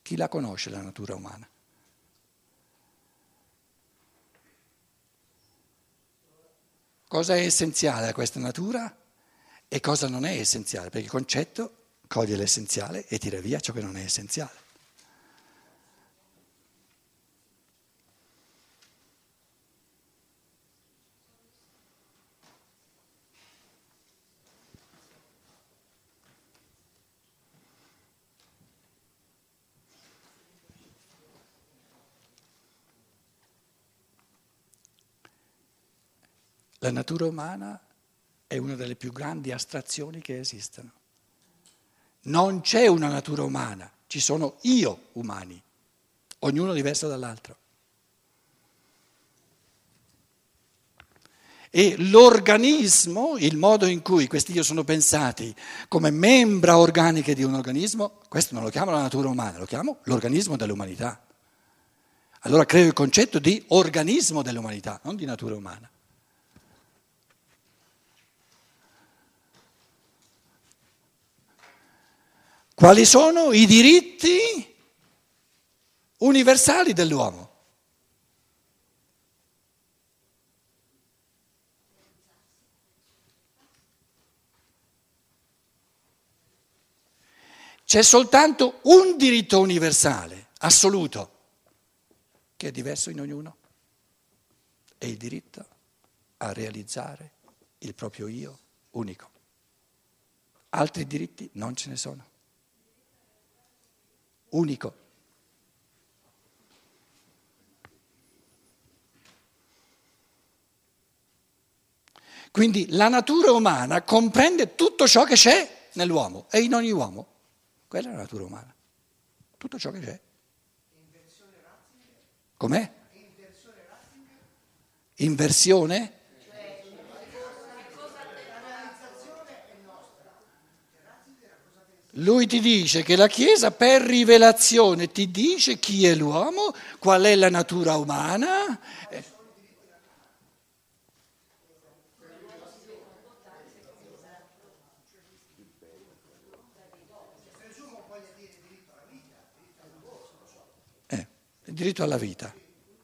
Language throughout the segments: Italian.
Chi la conosce la natura umana? Cosa è essenziale a questa natura e cosa non è essenziale? Perché il concetto coglie l'essenziale e tira via ciò che non è essenziale. La natura umana è una delle più grandi astrazioni che esistano. Non c'è una natura umana, ci sono io umani, ognuno diverso dall'altro. E l'organismo, il modo in cui questi io sono pensati come membra organiche di un organismo, questo non lo chiamo la natura umana, lo chiamo l'organismo dell'umanità. Allora creo il concetto di organismo dell'umanità, non di natura umana. Quali sono i diritti universali dell'uomo? C'è soltanto un diritto universale, assoluto, che è diverso in ognuno, è il diritto a realizzare il proprio io unico. Altri diritti non ce ne sono. Unico. Quindi la natura umana comprende tutto ciò che c'è nell'uomo e in ogni uomo. Quella è la natura umana. Tutto ciò che c'è. Com'è? Inversione? Lui ti dice che la Chiesa per rivelazione ti dice chi è l'uomo, qual è la natura umana. Il diritto alla vita.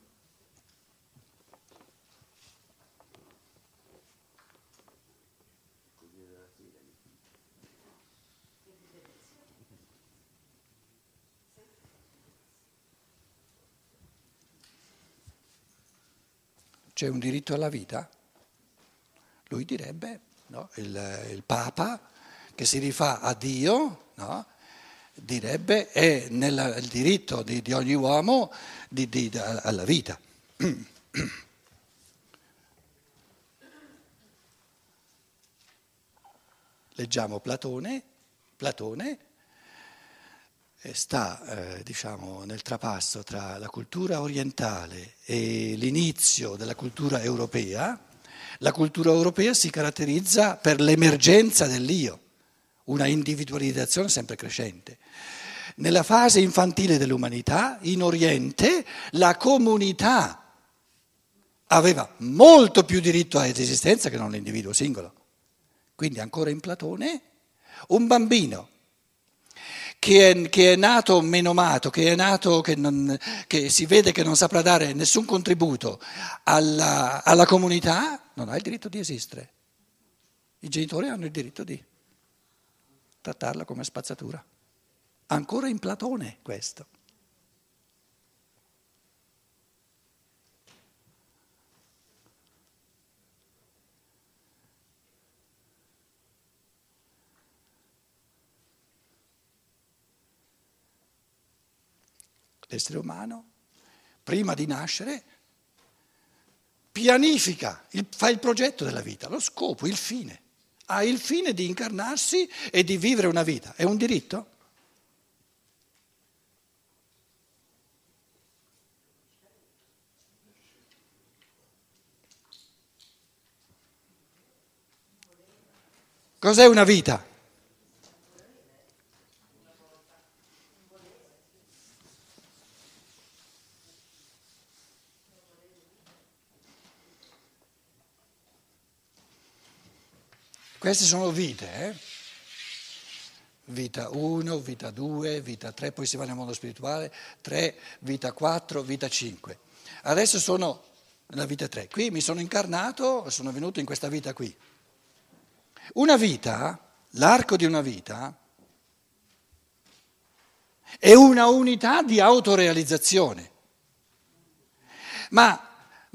C'è un diritto alla vita? Lui direbbe, no, il Papa che si rifà a Dio, no, direbbe è il diritto di ogni uomo alla vita. Leggiamo Platone sta diciamo, nel trapasso tra la cultura orientale e l'inizio della cultura europea. La cultura europea si caratterizza per l'emergenza dell'io, una individualizzazione sempre crescente. Nella fase infantile dell'umanità, in Oriente, la comunità aveva molto più diritto ad esistenza che non l'individuo singolo. Quindi ancora in Platone, un bambino che è nato menomato, che si vede che non saprà dare nessun contributo alla comunità, non ha il diritto di esistere. I genitori hanno il diritto di trattarla come spazzatura. Ancora in Platone questo. L'essere umano, prima di nascere, pianifica, fa il progetto della vita, lo scopo, il fine. Ha il fine di incarnarsi e di vivere una vita. È un diritto? Cos'è una vita? Queste sono vite, vita 1, vita 2, vita 3, poi si va nel mondo spirituale, 3, vita 4, vita 5. Adesso sono nella vita 3, qui mi sono incarnato, sono venuto in questa vita qui. Una vita, l'arco di una vita, è una unità di autorealizzazione. Ma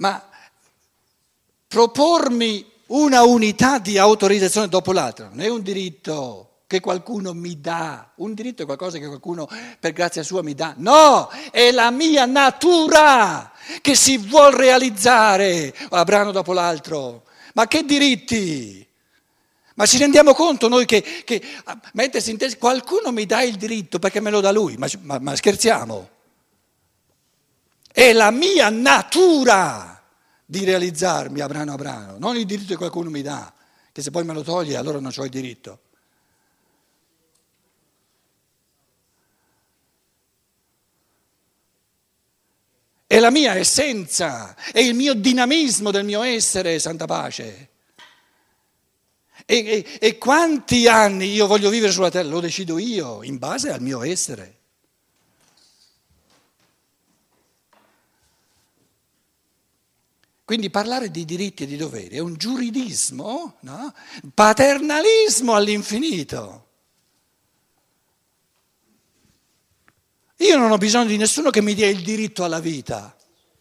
propormi una unità di autorizzazione dopo l'altra non è un diritto che qualcuno mi dà, un diritto è qualcosa che qualcuno per grazia sua mi dà, no, è la mia natura che si vuol realizzare a brano dopo l'altro. Ma che diritti? Ma ci rendiamo conto noi che mettersi in testa, qualcuno mi dà il diritto perché me lo dà lui, ma scherziamo? È la mia natura di realizzarmi a brano, non il diritto che qualcuno mi dà, che se poi me lo toglie allora non ho il diritto. È la mia essenza, è il mio dinamismo del mio essere, santa pace. E quanti anni io voglio vivere sulla terra, lo decido io, in base al mio essere. Quindi parlare di diritti e di doveri è un giuridismo, no? Paternalismo all'infinito. Io non ho bisogno di nessuno che mi dia il diritto alla vita.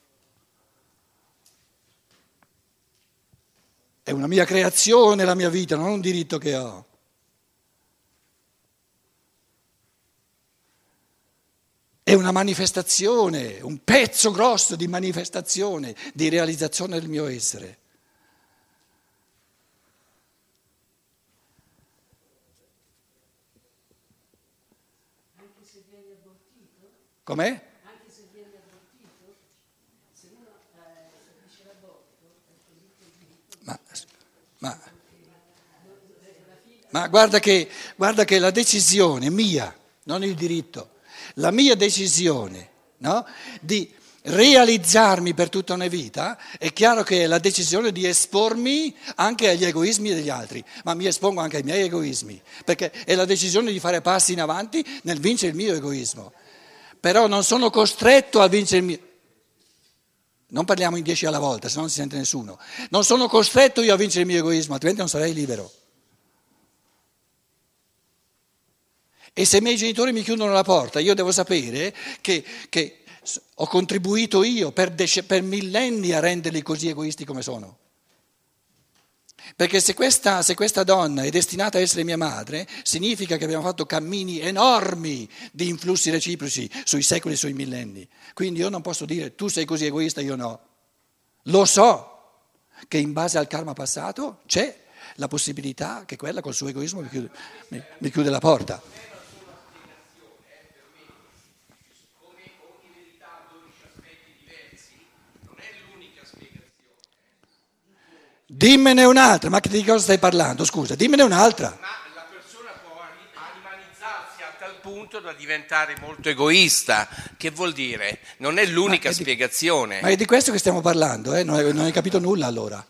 È una mia creazione la mia vita, non un diritto che ho. È una manifestazione, un pezzo grosso di manifestazione, di realizzazione del mio essere. Anche se viene abortito? Com'è? Anche se viene abortito? Se uno dice l'aborto, è così che il diritto. Ma guarda che la decisione mia, non il diritto, la mia decisione, no, di realizzarmi per tutta una vita, è chiaro che è la decisione di espormi anche agli egoismi degli altri, ma mi espongo anche ai miei egoismi, perché è la decisione di fare passi in avanti nel vincere il mio egoismo. Però non sono costretto a vincere il mio. Non parliamo in 10 alla volta, se no non si sente nessuno. Non sono costretto io a vincere il mio egoismo, altrimenti non sarei libero. E se i miei genitori mi chiudono la porta, io devo sapere che ho contribuito io per millenni a renderli così egoisti come sono. Perché se questa donna è destinata a essere mia madre, significa che abbiamo fatto cammini enormi di influssi reciproci sui secoli e sui millenni. Quindi io non posso dire tu sei così egoista, io no. Lo so che in base al karma passato c'è la possibilità che quella col suo egoismo mi chiude la porta. Dimmene un'altra, ma di cosa stai parlando? Scusa, dimmene un'altra. Ma la persona può animalizzarsi a tal punto da diventare molto egoista. Che vuol dire? Non è l'unica spiegazione. Ma è di questo che stiamo parlando, eh? Non hai capito nulla allora.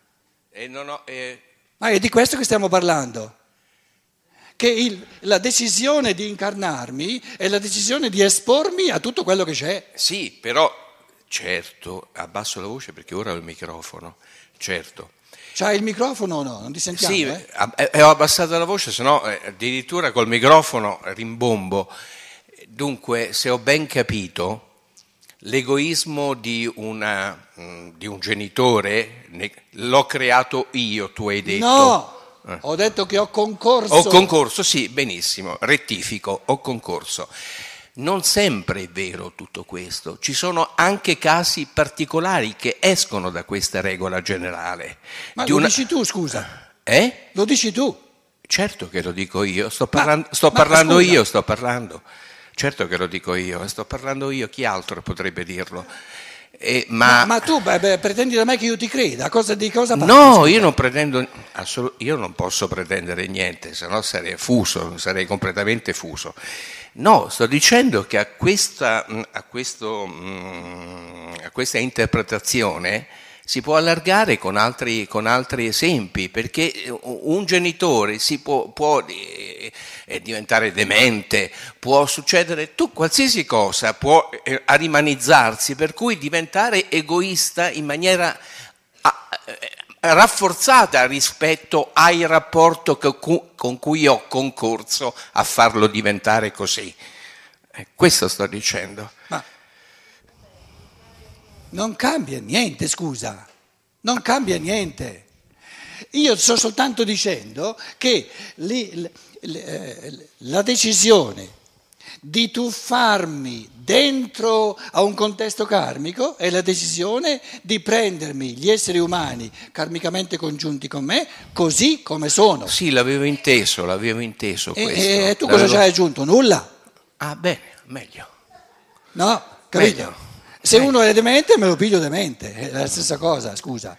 Ma è di questo che stiamo parlando. Che la decisione di incarnarmi è la decisione di espormi a tutto quello che c'è. Sì, però, certo, abbasso la voce perché ora ho il microfono. Certo. C'hai il microfono o no? Non ti sentiamo? Sì, ho abbassato la voce, sennò addirittura col microfono rimbombo. Dunque, se ho ben capito, l'egoismo di un genitore l'ho creato io, tu hai detto. No, ho detto che ho concorso. Ho concorso, sì, benissimo, rettifico, ho concorso. Non sempre è vero tutto questo, ci sono anche casi particolari che escono da questa regola generale. Ma lo dici tu, scusa? Lo dici tu? Certo che lo dico io, sto parlando io. Certo che lo dico io, sto parlando io, chi altro potrebbe dirlo? Ma tu pretendi da me che io ti creda? Di cosa parli? No, scusa? io non pretendo, io non posso pretendere niente, se no sarei fuso, sarei completamente fuso. No, sto dicendo che a questa interpretazione Si può allargare con altri esempi, perché un genitore può diventare demente, può succedere qualsiasi cosa, può rimanizzarsi, per cui diventare egoista in maniera rafforzata rispetto ai rapporti con cui ho concorso a farlo diventare così. Questo sto dicendo. Ma non cambia niente, scusa, non cambia niente. Io sto soltanto dicendo che la decisione di tuffarmi dentro a un contesto karmico è la decisione di prendermi gli esseri umani karmicamente congiunti con me così come sono. Sì, l'avevo inteso questo. E tu cosa ci hai aggiunto? Nulla? Ah, bene, meglio. No, capito? Meglio. Se uno è demente me lo piglio demente, è la stessa cosa, scusa.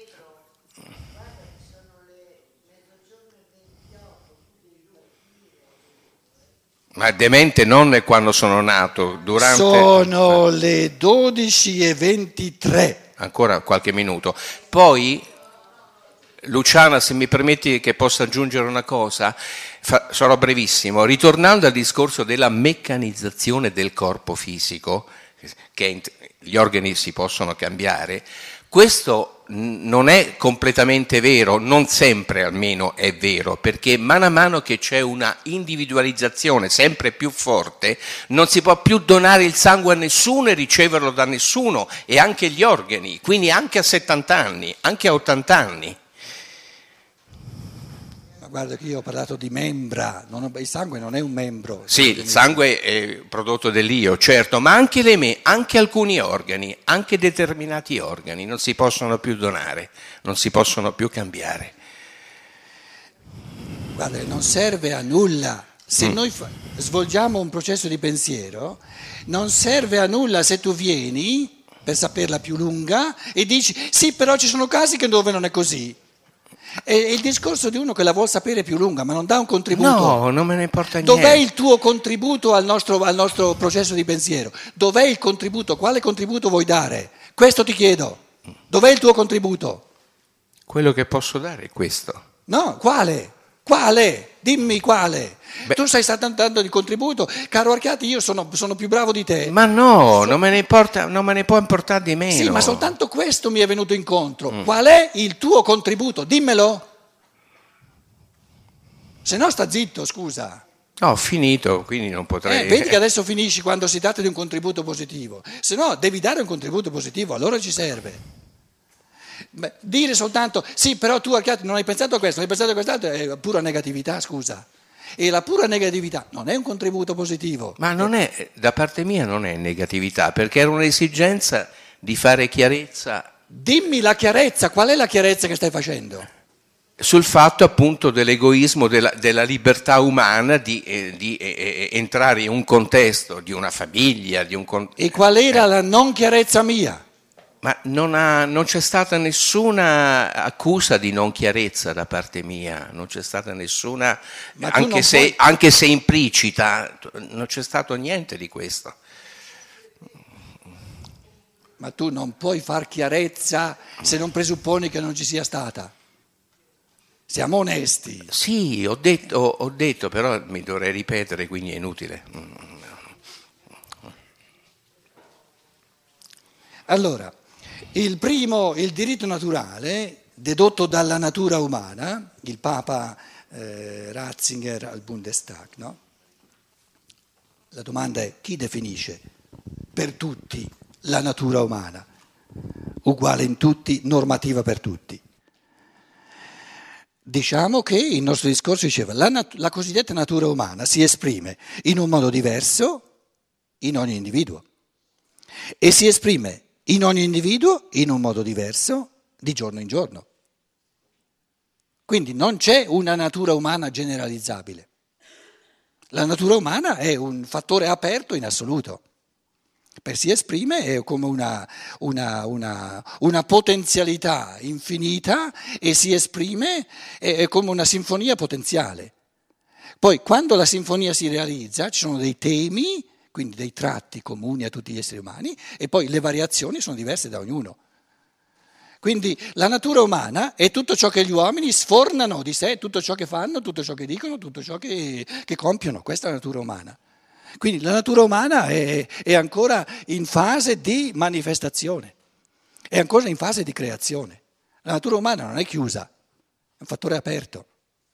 Ma demente non è quando sono nato, durante... Sono le 12:23. Ancora qualche minuto. Poi, Luciana, se mi permetti che possa aggiungere una cosa, sarò brevissimo. Ritornando al discorso della meccanizzazione del corpo fisico, che gli organi si possono cambiare, questo non è completamente vero, non sempre almeno è vero, perché man mano che c'è una individualizzazione sempre più forte, non si può più donare il sangue a nessuno e riceverlo da nessuno, e anche gli organi, quindi anche a 70 anni, anche a 80 anni. Guarda che io ho parlato di membra, il sangue non è un membro. Sì, il sangue è prodotto dell'io, certo, ma anche anche alcuni organi, anche determinati organi non si possono più donare, non si possono più cambiare. Guarda, non serve a nulla. Se noi svolgiamo un processo di pensiero, non serve a nulla se tu vieni, per saperla più lunga, e dici, sì, però ci sono casi dove non è così. È il discorso di uno che la vuol sapere più lunga, ma non dà un contributo. No, non me ne importa niente. Dov'è il tuo contributo al nostro processo di pensiero? Dov'è il contributo? Quale contributo vuoi dare? Questo ti chiedo. Dov'è il tuo contributo? Quello che posso dare è questo. No, quale? Quale? Dimmi quale. Beh, tu stai dando il contributo, caro Archiati, io sono più bravo di te. Ma no, non me ne può importare di meno. Sì, ma soltanto questo mi è venuto incontro. Qual è il tuo contributo? Dimmelo. Se no sta zitto, scusa. No, ho finito, quindi non potrei... Vedi che adesso finisci quando si tratta di un contributo positivo. Se no devi dare un contributo positivo, allora ci serve. Beh, dire soltanto, sì, però tu Archiati non hai pensato a questo, non hai pensato a quest'altro, è pura negatività, scusa. E la pura negatività non è un contributo positivo. Ma non è, da parte mia non è negatività, perché era un'esigenza di fare chiarezza. Dimmi la chiarezza, qual è la chiarezza che stai facendo? Sul fatto appunto dell'egoismo, della libertà umana di entrare in un contesto, di una famiglia, di un contesto. E qual era la non chiarezza mia? Ma non c'è stata nessuna accusa di non chiarezza da parte mia, non c'è stata nessuna, anche se implicita, non c'è stato niente di questo. Ma tu non puoi far chiarezza se non presupponi che non ci sia stata. Siamo onesti. Sì, ho detto, però mi dovrei ripetere, quindi è inutile. Allora, il diritto naturale, dedotto dalla natura umana, il Papa Ratzinger al Bundestag, no? La domanda è: chi definisce per tutti la natura umana? Uguale in tutti, normativa per tutti. Diciamo che il nostro discorso diceva la cosiddetta natura umana si esprime in un modo diverso in ogni individuo e si esprime in ogni individuo in un modo diverso di giorno in giorno. Quindi non c'è una natura umana generalizzabile. La natura umana è un fattore aperto in assoluto. Si esprime è come una potenzialità infinita e si esprime è come una sinfonia potenziale. Poi quando la sinfonia si realizza ci sono dei temi, quindi dei tratti comuni a tutti gli esseri umani, e poi le variazioni sono diverse da ognuno. Quindi la natura umana è tutto ciò che gli uomini sfornano di sé, tutto ciò che fanno, tutto ciò che dicono, tutto ciò che compiono. Questa è la natura umana. Quindi la natura umana è ancora in fase di manifestazione, è ancora in fase di creazione. La natura umana non è chiusa, è un fattore aperto.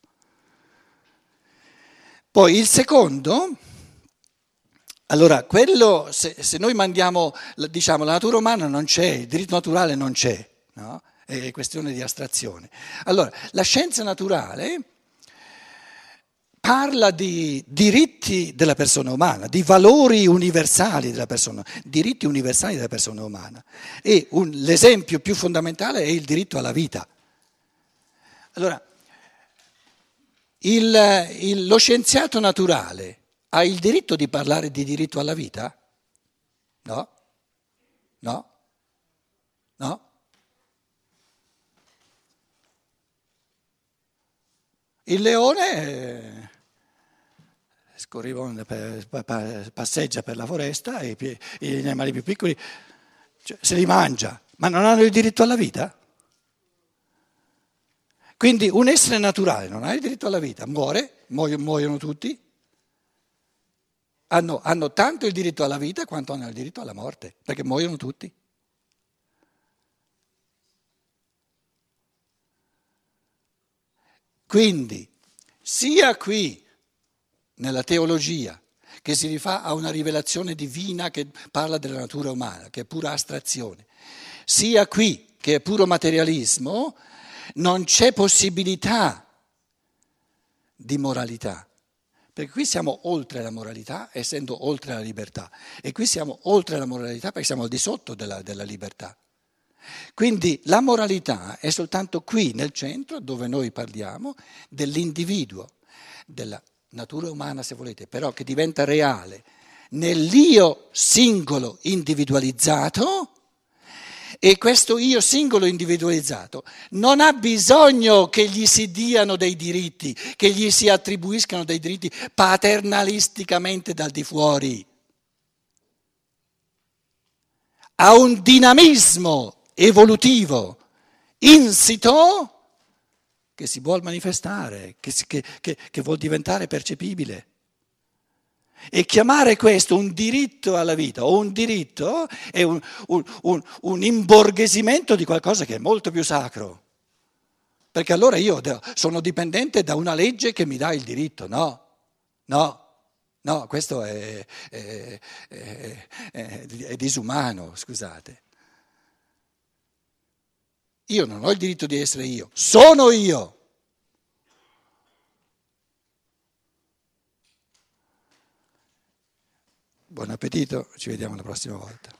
Poi il secondo, allora quello, se noi mandiamo, diciamo la natura umana non c'è, il diritto naturale non c'è, no? È questione di astrazione. Allora la scienza naturale parla di diritti della persona umana, di valori universali della persona, diritti universali della persona umana. E l'esempio più fondamentale è il diritto alla vita. Allora, lo scienziato naturale ha il diritto di parlare di diritto alla vita? No? No? No? Il leone scorrivone passeggia per la foresta e gli animali più piccoli se li mangia, ma non hanno il diritto alla vita? Quindi un essere naturale non ha il diritto alla vita, muoiono tutti, hanno tanto il diritto alla vita quanto hanno il diritto alla morte, perché muoiono tutti. Quindi, sia qui nella teologia, che si rifà a una rivelazione divina che parla della natura umana, che è pura astrazione, sia qui che è puro materialismo, non c'è possibilità di moralità, perché qui siamo oltre la moralità, essendo oltre la libertà, e qui siamo oltre la moralità perché siamo al di sotto della libertà. Quindi la moralità è soltanto qui nel centro dove noi parliamo dell'individuo, della natura umana se volete, però che diventa reale nell'io singolo individualizzato, e questo io singolo individualizzato non ha bisogno che gli si diano dei diritti, che gli si attribuiscano dei diritti paternalisticamente dal di fuori. Ha un dinamismo evolutivo insito che si vuol manifestare, che vuol diventare percepibile. E chiamare questo un diritto alla vita o un diritto è un imborghesimento di qualcosa che è molto più sacro. Perché allora io sono dipendente da una legge che mi dà il diritto. No, questo è disumano, scusate. Io non ho il diritto di essere io, sono io. Buon appetito, ci vediamo la prossima volta.